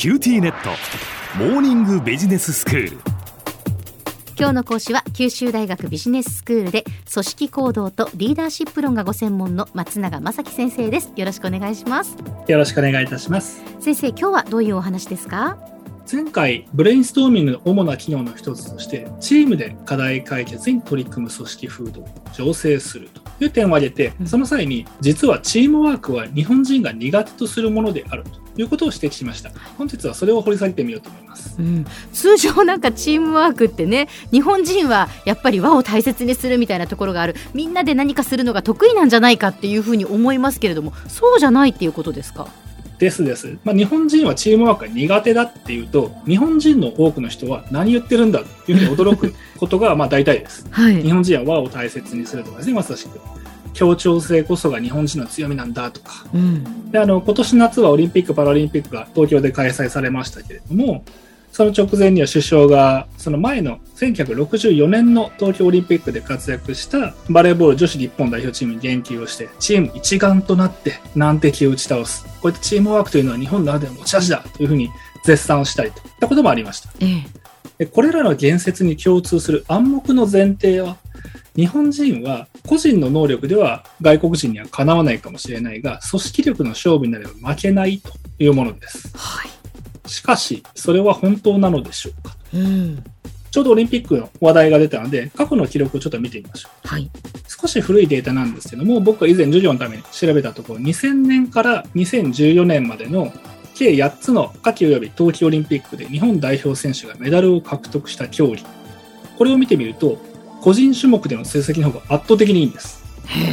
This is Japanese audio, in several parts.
キューティーネットモーニングビジネススクール。 今日の講師は九州大学ビジネススクールで組織行動とリーダーシップ論がご専門の松永正樹先生です。よろしくお願いします。 よろしくお願いいたします。 先生、今日はどういうお話ですか？ 前回ブレインストーミングの主な機能の一つとしてチームで課題解決に取り組む組織風土を醸成するという点を挙げて、その際に実はチームワークは日本人が苦手とするものであるということを指摘しました。本日はそれを掘り下げてみようと思います。 通常なんかチームワークってね、日本人はやっぱり和を大切にするみたいなところがある、みんなで何かするのが得意なんじゃないかっていうふうに思いますけれども、そうじゃないっていうことですか？ です。日本人はチームワークが苦手だっていうと、日本人の多くの人は何言ってるんだというふうに驚くことが大体です、はい、日本人は和を大切にするとかですね、まさしく協調性こそが日本人の強みなんだとか、で今年夏はオリンピック・パラリンピックが東京で開催されましたけれども、その直前には首相がその前の1964年の東京オリンピックで活躍したバレーボール女子日本代表チームに言及をして、チーム一丸となって難敵を打ち倒す、こういったチームワークというのは日本ならではの持ち味だというふうに絶賛をしたりといったこともありました。でこれらの言説に共通する暗黙の前提は、日本人は個人の能力では外国人にはかなわないかもしれないが、組織力の勝負になれば負けないというものです。しかしそれは本当なのでしょうか。ちょうどオリンピックの話題が出たので過去の記録をちょっと見てみましょう。少し古いデータなんですけども、僕が以前授業のために調べたところ、2000年から2014年までの計8つの夏季及び冬季オリンピックで日本代表選手がメダルを獲得した競技、これを見てみると個人種目での成績の方が圧倒的にいいんです。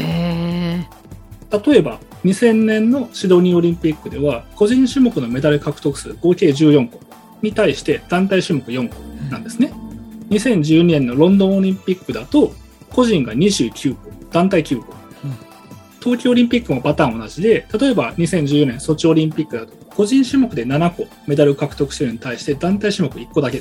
例えば2000年のシドニーオリンピックでは個人種目のメダル獲得数合計14個に対して団体種目4個なんですね。2012年のロンドンオリンピックだと個人が29個、団体9個。冬季オリンピックもパターン同じで、例えば2014年ソチオリンピックだと個人種目で7個メダル獲得しているのに対して団体種目1個だけです。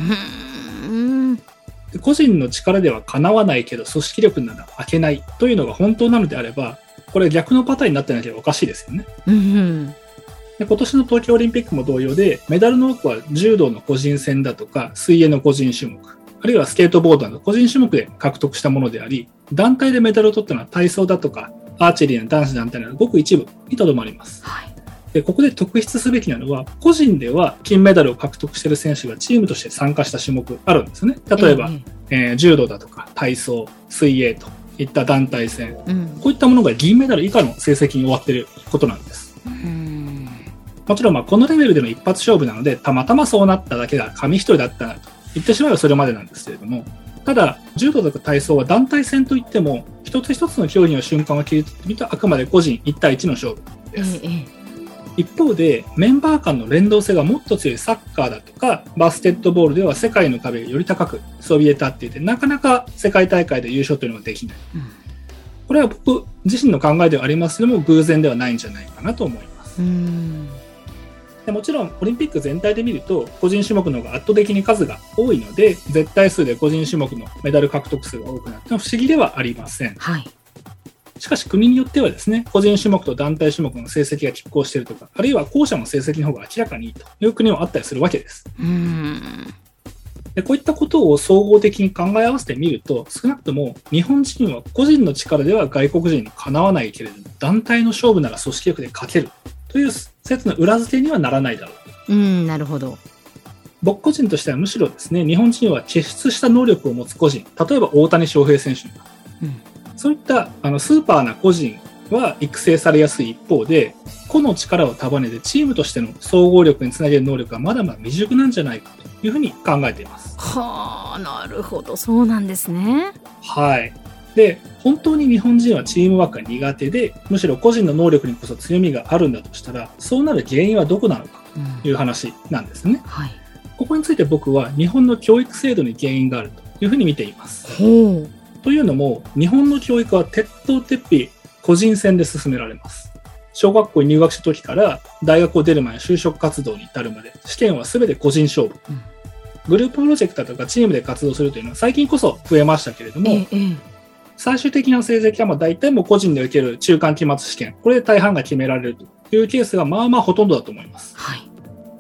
個人の力ではかなわないけど組織力なら負けないというのが本当なのであれば、これ逆のパターンになってなければおかしいですよね。で今年の東京オリンピックも同様で、メダルの多くは柔道の個人戦だとか水泳の個人種目、あるいはスケートボードなど個人種目で獲得したものであり、団体でメダルを取ったのは体操だとかアーチェリーの男子団体などごく一部にとどまります。でここで特筆すべきなのは、個人では金メダルを獲得している選手がチームとして参加した種目あるんですね。例えば、柔道だとか体操、水泳といった団体戦、こういったものが銀メダル以下の成績に終わっていることなんです。もちろんこのレベルでの一発勝負なので、たまたまそうなっただけが紙一重だったなと言ってしまえばそれまでなんですけれども、ただ柔道とか体操は団体戦といっても一つ一つの競技の瞬間を切り取ってみるとあくまで個人1対1の勝負です。一方でメンバー間の連動性がもっと強いサッカーだとかバスケットボールでは世界の壁がより高くそびえ立っていて、なかなか世界大会で優勝というのができない、これは僕自身の考えではありますけども、偶然ではないんじゃないかなと思います。でもちろんオリンピック全体で見ると個人種目の方が圧倒的に数が多いので、絶対数で個人種目のメダル獲得数が多くなっても不思議ではありません。しかし国によってはですね、個人種目と団体種目の成績が拮抗しているとか、あるいは後者の成績の方が明らかにいいという国もあったりするわけです。でこういったことを総合的に考え合わせてみると、少なくとも日本人は個人の力では外国人にかなわないけれども、団体の勝負なら組織力で勝てるという説の裏付けにはならないだろうと。なるほど。僕個人としてはむしろですね、日本人は傑出した能力を持つ個人、例えば大谷翔平選手の、そういったスーパーな個人は育成されやすい一方で、個の力を束ねてチームとしての総合力につなげる能力はまだまだ未熟なんじゃないかというふうに考えています。 なるほど、そうなんですね。 で本当に日本人はチームワークが苦手で、むしろ個人の能力にこそ強みがあるんだとしたら、そうなる原因はどこなのかという話なんですね。ここについて僕は日本の教育制度に原因があるというふうに見ています。というのも、日本の教育は鉄頭鉄尾個人戦で進められます。小学校に入学した時から大学を出る前の就職活動に至るまで、試験は全て個人勝負、グループプロジェクトとかチームで活動するというのは最近こそ増えましたけれども、最終的な成績は大体もう個人で受ける中間期末試験、これで大半が決められるというケースがほとんどだと思います。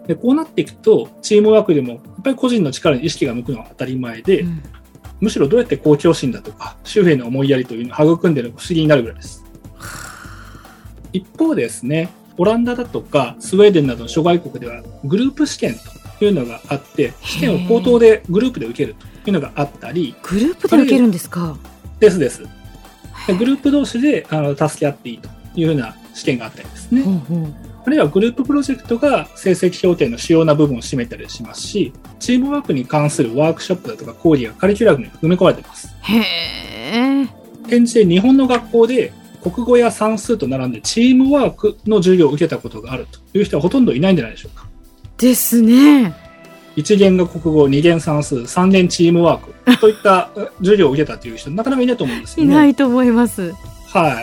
でこうなっていくとチームワークでもやっぱり個人の力に意識が向くのは当たり前で、むしろどうやって公共心だとか周辺の思いやりというのを育んでいるのか不思議になるぐらいです。一方ですね、オランダだとかスウェーデンなどの諸外国ではグループ試験というのがあって、試験を口頭でグループで受けるというのがあったり。 グループで受けるんですか？ です。でグループ同士で助け合っていいというような試験があったりですね。あるいはグループプロジェクトが成績評定の主要な部分を占めたりしますし、チームワークに関するワークショップだとか講義がカリキュラムに含め込まれています。現地で日本の学校で国語や算数と並んでチームワークの授業を受けたことがあるという人はほとんどいないんじゃないでしょうか。 ですね。 1限が国語、2限算数、3限チームワークといった授業を受けたという人なかなかいないと思うんですよね。 いないと思います。 はい。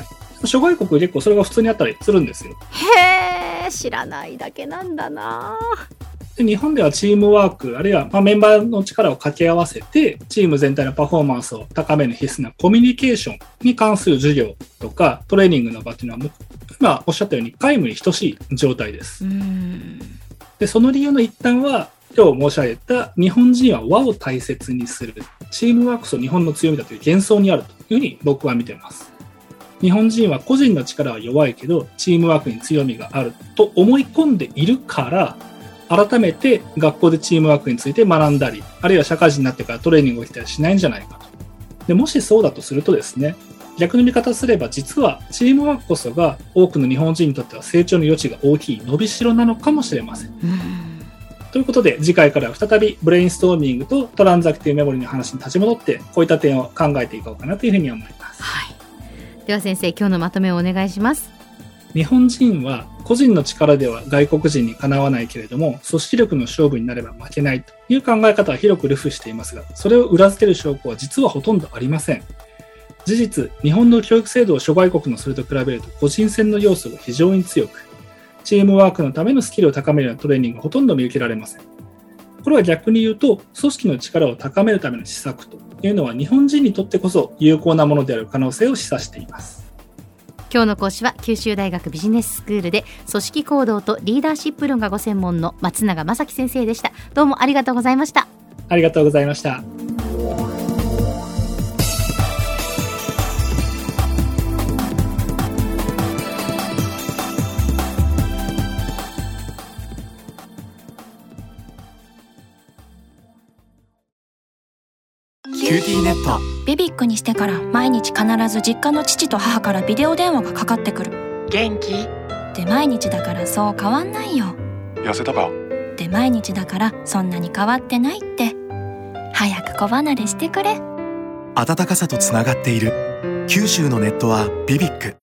諸外国結構それが普通にあったりするんですよ。 へー、知らないだけなんだな。 で日本ではチームワークあるいはメンバーの力を掛け合わせてチーム全体のパフォーマンスを高める必須なコミュニケーションに関する授業とかトレーニングの場というのは今おっしゃったように皆無に等しい状態です。でその理由の一端は今日申し上げた日本人は和を大切にするチームワークこそ日本の強みだという幻想にあるというふうに僕は見ています。日本人は個人の力は弱いけどチームワークに強みがあると思い込んでいるから改めて学校でチームワークについて学んだり、あるいは社会人になってからトレーニングをしたりしないんじゃないかと。でもしそうだとするとですね、逆の見方すれば実はチームワークこそが多くの日本人にとっては成長の余地が大きい伸びしろなのかもしれません。ということで次回からは再びブレインストーミングとトランザクティブメモリの話に立ち戻ってこういった点を考えていこうかなというふうに思います。 はい。では先生、今日のまとめをお願いします。 日本人は個人の力では外国人にかなわないけれども組織力の勝負になれば負けないという考え方は広く流布していますが、それを裏付ける証拠は実はほとんどありません。事実、日本の教育制度を諸外国のそれと比べると個人戦の要素が非常に強く、チームワークのためのスキルを高めるようなトレーニングがほとんど見受けられません。これは逆に言うと組織の力を高めるための施策というのは日本人にとってこそ有効なものである可能性を示唆しています。 今日の講師は九州大学ビジネススクールで組織行動とリーダーシップ論がご専門の松永正樹先生でした。どうもありがとうございました。 ありがとうございました。 キューティーネットビビックにしてから毎日必ず実家の父と母からビデオ電話がかかってくる。 元気で毎日だからそう変わんないよ。 痩せたかで毎日だからそんなに変わってないって。早く子離れしてくれ。 温かさとつながっている九州のネットはビビック。